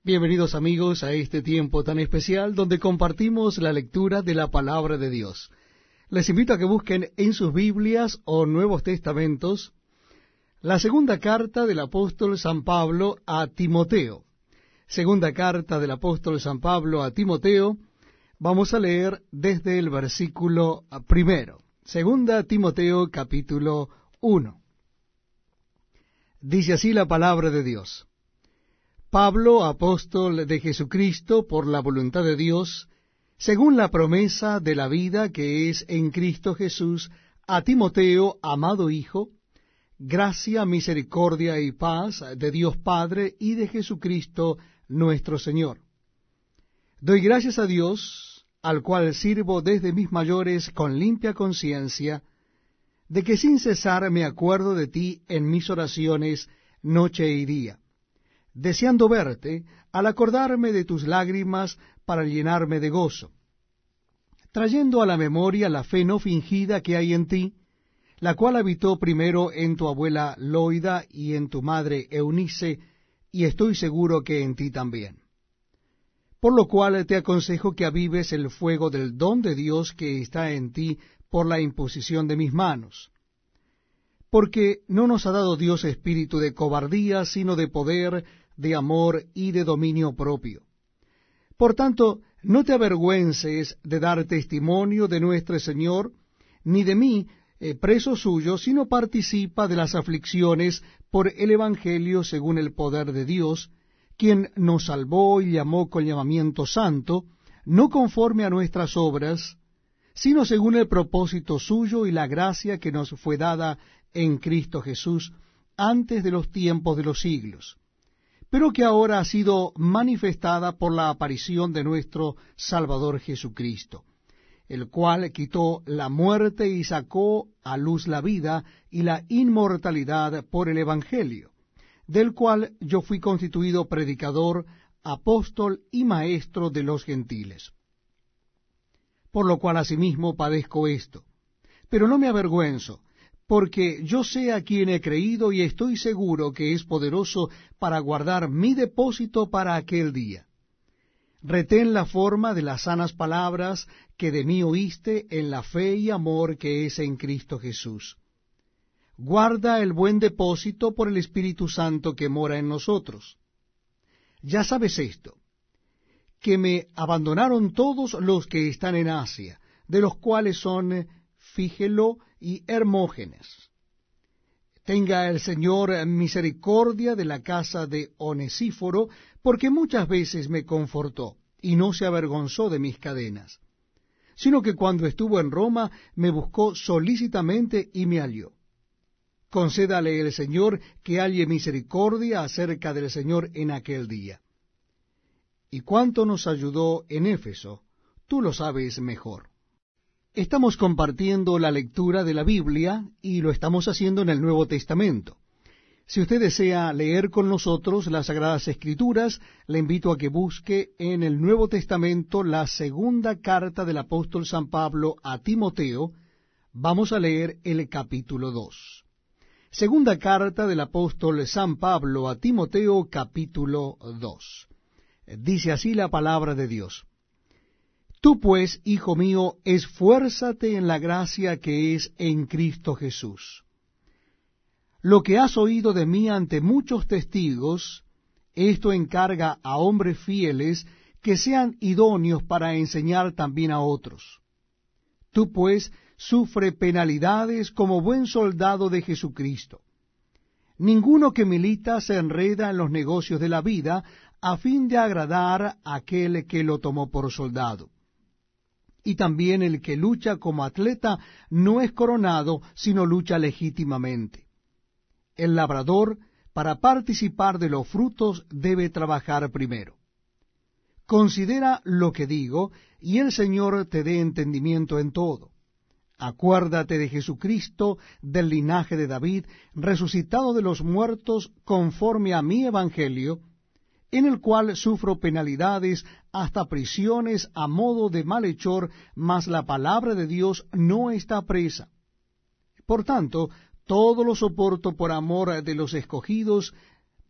Bienvenidos amigos a este tiempo tan especial donde compartimos la lectura de la palabra de Dios. Les invito a que busquen en sus Biblias o Nuevos Testamentos la segunda carta del apóstol San Pablo a Timoteo. Segunda carta del apóstol San Pablo a Timoteo, vamos a leer desde el versículo primero. Segunda Timoteo capítulo 1. Dice así la palabra de Dios. Pablo, apóstol de Jesucristo por la voluntad de Dios, según la promesa de la vida que es en Cristo Jesús, a Timoteo, amado hijo, gracia, misericordia y paz de Dios Padre y de Jesucristo nuestro Señor. Doy gracias a Dios, al cual sirvo desde mis mayores con limpia conciencia, de que sin cesar me acuerdo de ti en mis oraciones noche y día, deseando verte, al acordarme de tus lágrimas para llenarme de gozo, trayendo a la memoria la fe no fingida que hay en ti, la cual habitó primero en tu abuela Loida y en tu madre Eunice, y estoy seguro que en ti también. Por lo cual te aconsejo que avives el fuego del don de Dios que está en ti por la imposición de mis manos. Porque no nos ha dado Dios espíritu de cobardía, sino de poder, de amor y de dominio propio. Por tanto, no te avergüences de dar testimonio de nuestro Señor, ni de mí, preso suyo, sino participa de las aflicciones por el Evangelio según el poder de Dios, quien nos salvó y llamó con llamamiento santo, no conforme a nuestras obras, sino según el propósito suyo y la gracia que nos fue dada en Cristo Jesús antes de los tiempos de los siglos, pero que ahora ha sido manifestada por la aparición de nuestro Salvador Jesucristo, el cual quitó la muerte y sacó a luz la vida y la inmortalidad por el Evangelio, del cual yo fui constituido predicador, apóstol y maestro de los gentiles. Por lo cual asimismo padezco esto, pero no me avergüenzo, porque yo sé a quien he creído y estoy seguro que es poderoso para guardar mi depósito para aquel día. Retén la forma de las sanas palabras que de mí oíste en la fe y amor que es en Cristo Jesús. Guarda el buen depósito por el Espíritu Santo que mora en nosotros. Ya sabes esto, que me abandonaron todos los que están en Asia, de los cuales son Fígelo y Hermógenes. Tenga el Señor misericordia de la casa de Onesíforo, porque muchas veces me confortó, y no se avergonzó de mis cadenas, sino que cuando estuvo en Roma me buscó solícitamente y me halló. Concédale el Señor que halle misericordia acerca del Señor en aquel día. Y cuánto nos ayudó en Éfeso, tú lo sabes mejor. Estamos compartiendo la lectura de la Biblia y lo estamos haciendo en el Nuevo Testamento. Si usted desea leer con nosotros las Sagradas Escrituras, le invito a que busque en el Nuevo Testamento la segunda carta del apóstol San Pablo a Timoteo. Vamos a leer el capítulo 2. Segunda carta del apóstol San Pablo a Timoteo, capítulo 2. Dice así la palabra de Dios. Tú pues, hijo mío, esfuérzate en la gracia que es en Cristo Jesús. Lo que has oído de mí ante muchos testigos, esto encarga a hombres fieles que sean idóneos para enseñar también a otros. Tú pues sufre penalidades como buen soldado de Jesucristo. Ninguno que milita se enreda en los negocios de la vida a fin de agradar a aquel que lo tomó por soldado. Y también el que lucha como atleta no es coronado, sino lucha legítimamente. El labrador, para participar de los frutos, debe trabajar primero. Considera lo que digo, y el Señor te dé entendimiento en todo. Acuérdate de Jesucristo, del linaje de David, resucitado de los muertos conforme a mi evangelio, en el cual sufro penalidades hasta prisiones a modo de malhechor, mas la palabra de Dios no está presa. Por tanto, todo lo soporto por amor de los escogidos,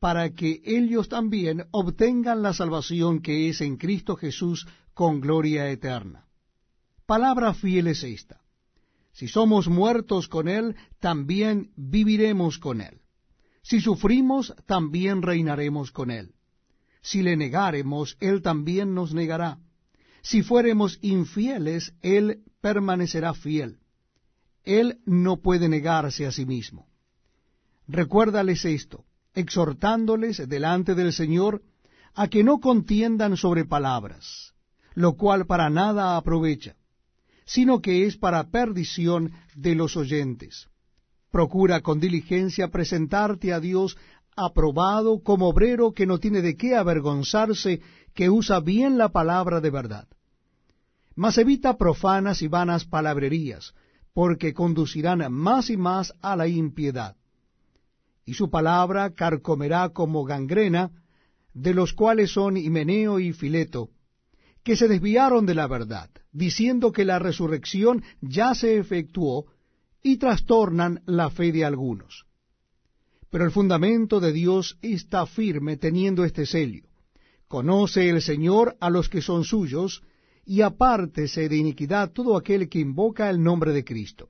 para que ellos también obtengan la salvación que es en Cristo Jesús con gloria eterna. Palabra fiel es esta: si somos muertos con Él, también viviremos con Él. Si sufrimos, también reinaremos con Él. Si le negáremos, Él también nos negará. Si fuéremos infieles, Él permanecerá fiel. Él no puede negarse a sí mismo. Recuérdales esto, exhortándoles delante del Señor a que no contiendan sobre palabras, lo cual para nada aprovecha, sino que es para perdición de los oyentes. Procura con diligencia presentarte a Dios aprobado como obrero que no tiene de qué avergonzarse, que usa bien la palabra de verdad. Mas evita profanas y vanas palabrerías, porque conducirán más y más a la impiedad. Y su palabra carcomerá como gangrena, de los cuales son Himeneo y Fileto, que se desviaron de la verdad, diciendo que la resurrección ya se efectuó, y trastornan la fe de algunos. Pero el fundamento de Dios está firme, teniendo este sello: conoce el Señor a los que son suyos, y apártese de iniquidad todo aquel que invoca el nombre de Cristo.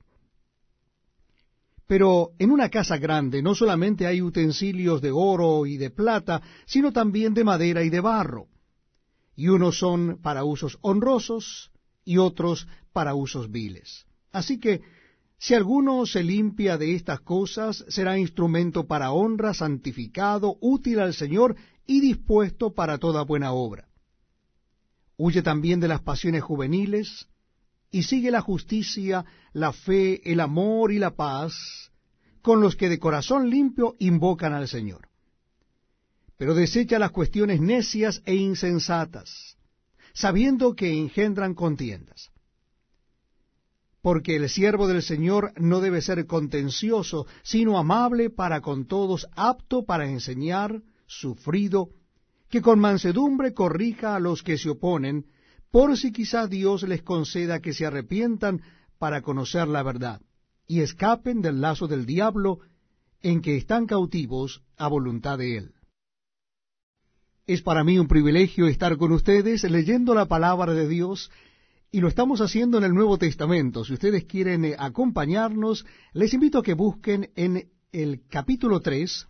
Pero en una casa grande no solamente hay utensilios de oro y de plata, sino también de madera y de barro, y unos son para usos honrosos y otros para usos viles. Así que, si alguno se limpia de estas cosas, será instrumento para honra, santificado, útil al Señor y dispuesto para toda buena obra. Huye también de las pasiones juveniles, y sigue la justicia, la fe, el amor y la paz, con los que de corazón limpio invocan al Señor. Pero desecha las cuestiones necias e insensatas, sabiendo que engendran contiendas. Porque el siervo del Señor no debe ser contencioso, sino amable para con todos, apto para enseñar, sufrido, que con mansedumbre corrija a los que se oponen, por si quizá Dios les conceda que se arrepientan para conocer la verdad, y escapen del lazo del diablo, en que están cautivos a voluntad de él. Es para mí un privilegio estar con ustedes leyendo la palabra de Dios, y lo estamos haciendo en el Nuevo Testamento. Si ustedes quieren acompañarnos, les invito a que busquen en el capítulo 3,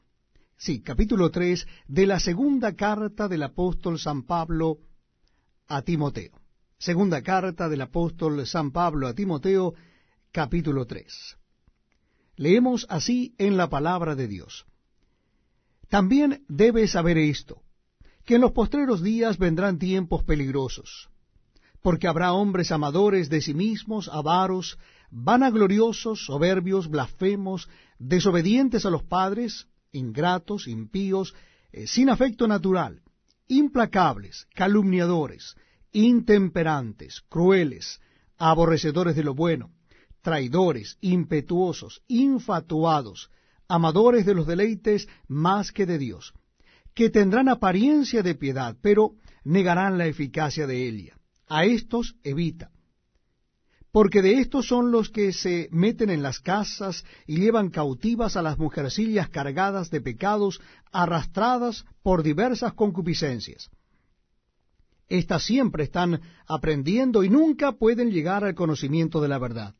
de la segunda carta del apóstol San Pablo a Timoteo. Segunda carta del apóstol San Pablo a Timoteo, capítulo 3. Leemos así en la palabra de Dios: también debes saber esto, que en los postreros días vendrán tiempos peligrosos, porque habrá hombres amadores de sí mismos, avaros, vanagloriosos, soberbios, blasfemos, desobedientes a los padres, ingratos, impíos, sin afecto natural, implacables, calumniadores, intemperantes, crueles, aborrecedores de lo bueno, traidores, impetuosos, infatuados, amadores de los deleites más que de Dios, que tendrán apariencia de piedad, pero negarán la eficacia de ella. A estos evita, porque de estos son los que se meten en las casas y llevan cautivas a las mujercillas cargadas de pecados, arrastradas por diversas concupiscencias. Estas siempre están aprendiendo y nunca pueden llegar al conocimiento de la verdad.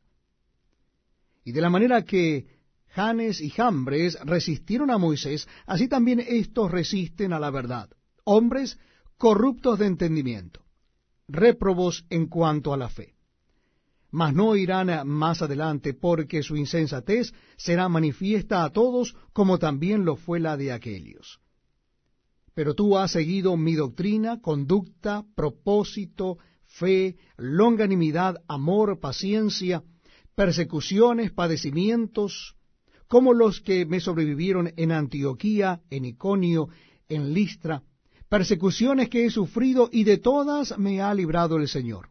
Y de la manera que Janes y Jambres resistieron a Moisés, así también estos resisten a la verdad, hombres corruptos de entendimiento, réprobos en cuanto a la fe. Mas no irán más adelante, porque su insensatez será manifiesta a todos, como también lo fue la de aquellos. Pero tú has seguido mi doctrina, conducta, propósito, fe, longanimidad, amor, paciencia, persecuciones, padecimientos, como los que me sobrevivieron en Antioquía, en Iconio, en Listra, persecuciones que he sufrido, y de todas me ha librado el Señor.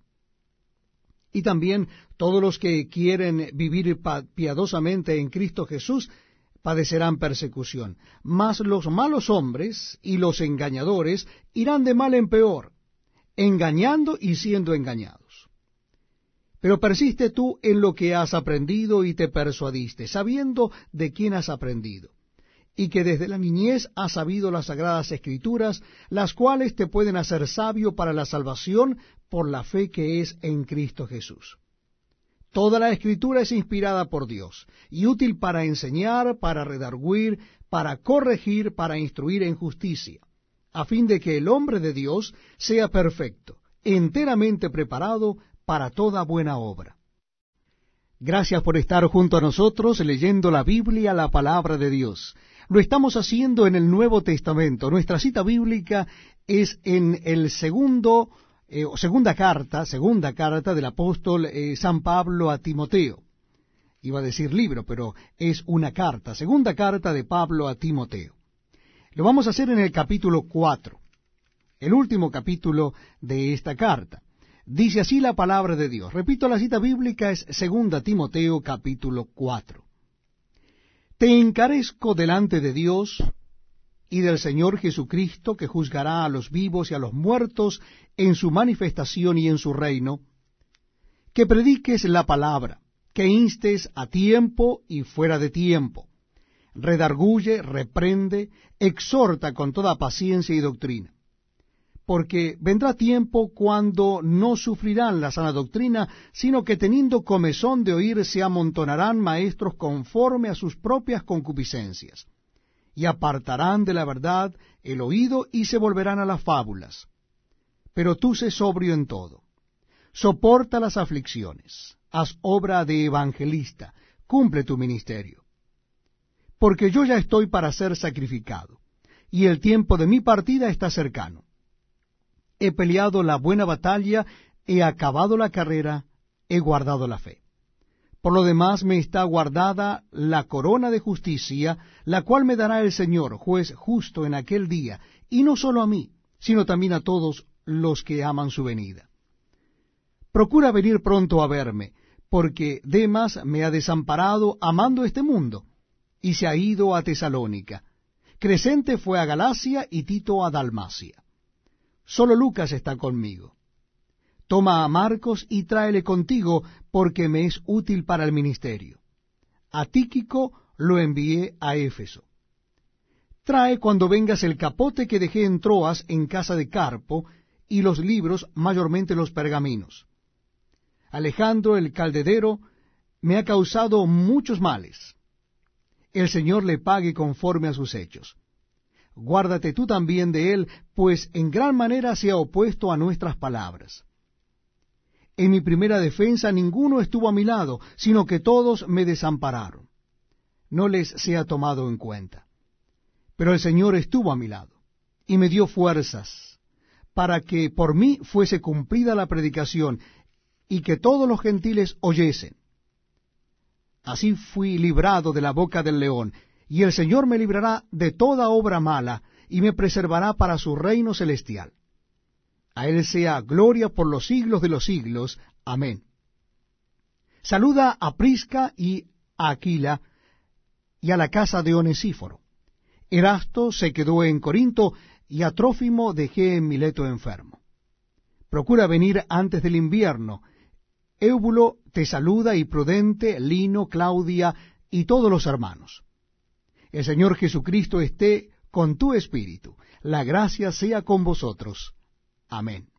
Y también todos los que quieren vivir piadosamente en Cristo Jesús padecerán persecución. Mas los malos hombres y los engañadores irán de mal en peor, engañando y siendo engañados. Pero persiste tú en lo que has aprendido y te persuadiste, sabiendo de quién has aprendido, y que desde la niñez has sabido las sagradas Escrituras, las cuales te pueden hacer sabio para la salvación por la fe que es en Cristo Jesús. Toda la Escritura es inspirada por Dios, y útil para enseñar, para redarguir, para corregir, para instruir en justicia, a fin de que el hombre de Dios sea perfecto, enteramente preparado para toda buena obra. Gracias por estar junto a nosotros leyendo la Biblia, la palabra de Dios. Lo estamos haciendo en el Nuevo Testamento. Nuestra cita bíblica es en el segunda carta del apóstol San Pablo a Timoteo. Iba a decir libro, pero es una carta. Segunda carta de Pablo a Timoteo. Lo vamos a hacer en el capítulo 4, el último capítulo de esta carta. Dice así la palabra de Dios. Repito, la cita bíblica es segunda Timoteo capítulo 4. Te encarezco delante de Dios y del Señor Jesucristo, que juzgará a los vivos y a los muertos en su manifestación y en su reino, que prediques la palabra, que instes a tiempo y fuera de tiempo, redarguye, reprende, exhorta con toda paciencia y doctrina. Porque vendrá tiempo cuando no sufrirán la sana doctrina, sino que teniendo comezón de oír se amontonarán maestros conforme a sus propias concupiscencias, y apartarán de la verdad el oído y se volverán a las fábulas. Pero tú sé sobrio en todo, soporta las aflicciones, haz obra de evangelista, cumple tu ministerio. Porque yo ya estoy para ser sacrificado, y el tiempo de mi partida está cercano. He peleado la buena batalla, he acabado la carrera, he guardado la fe. Por lo demás me está guardada la corona de justicia, la cual me dará el Señor, juez justo en aquel día, y no solo a mí, sino también a todos los que aman su venida. Procura venir pronto a verme, porque Demas me ha desamparado amando este mundo, y se ha ido a Tesalónica. Crescente fue a Galacia y Tito a Dalmacia. Solo Lucas está conmigo. Toma a Marcos y tráele contigo, porque me es útil para el ministerio. A Tíquico lo envié a Éfeso. Trae cuando vengas el capote que dejé en Troas en casa de Carpo, y los libros, mayormente los pergaminos. Alejandro el caldedero me ha causado muchos males. El Señor le pague conforme a sus hechos. Guárdate tú también de él, pues en gran manera se ha opuesto a nuestras palabras. En mi primera defensa ninguno estuvo a mi lado, sino que todos me desampararon. No les sea tomado en cuenta. Pero el Señor estuvo a mi lado, y me dio fuerzas, para que por mí fuese cumplida la predicación, y que todos los gentiles oyesen. Así fui librado de la boca del león, y el Señor me librará de toda obra mala, y me preservará para su reino celestial. A Él sea gloria por los siglos de los siglos. Amén. Saluda a Prisca y a Aquila, y a la casa de Onesíforo. Erasto se quedó en Corinto, y a Trófimo dejé en Mileto enfermo. Procura venir antes del invierno. Éubulo te saluda, y Prudente, Lino, Claudia, y todos los hermanos. El Señor Jesucristo esté con tu espíritu. La gracia sea con vosotros. Amén.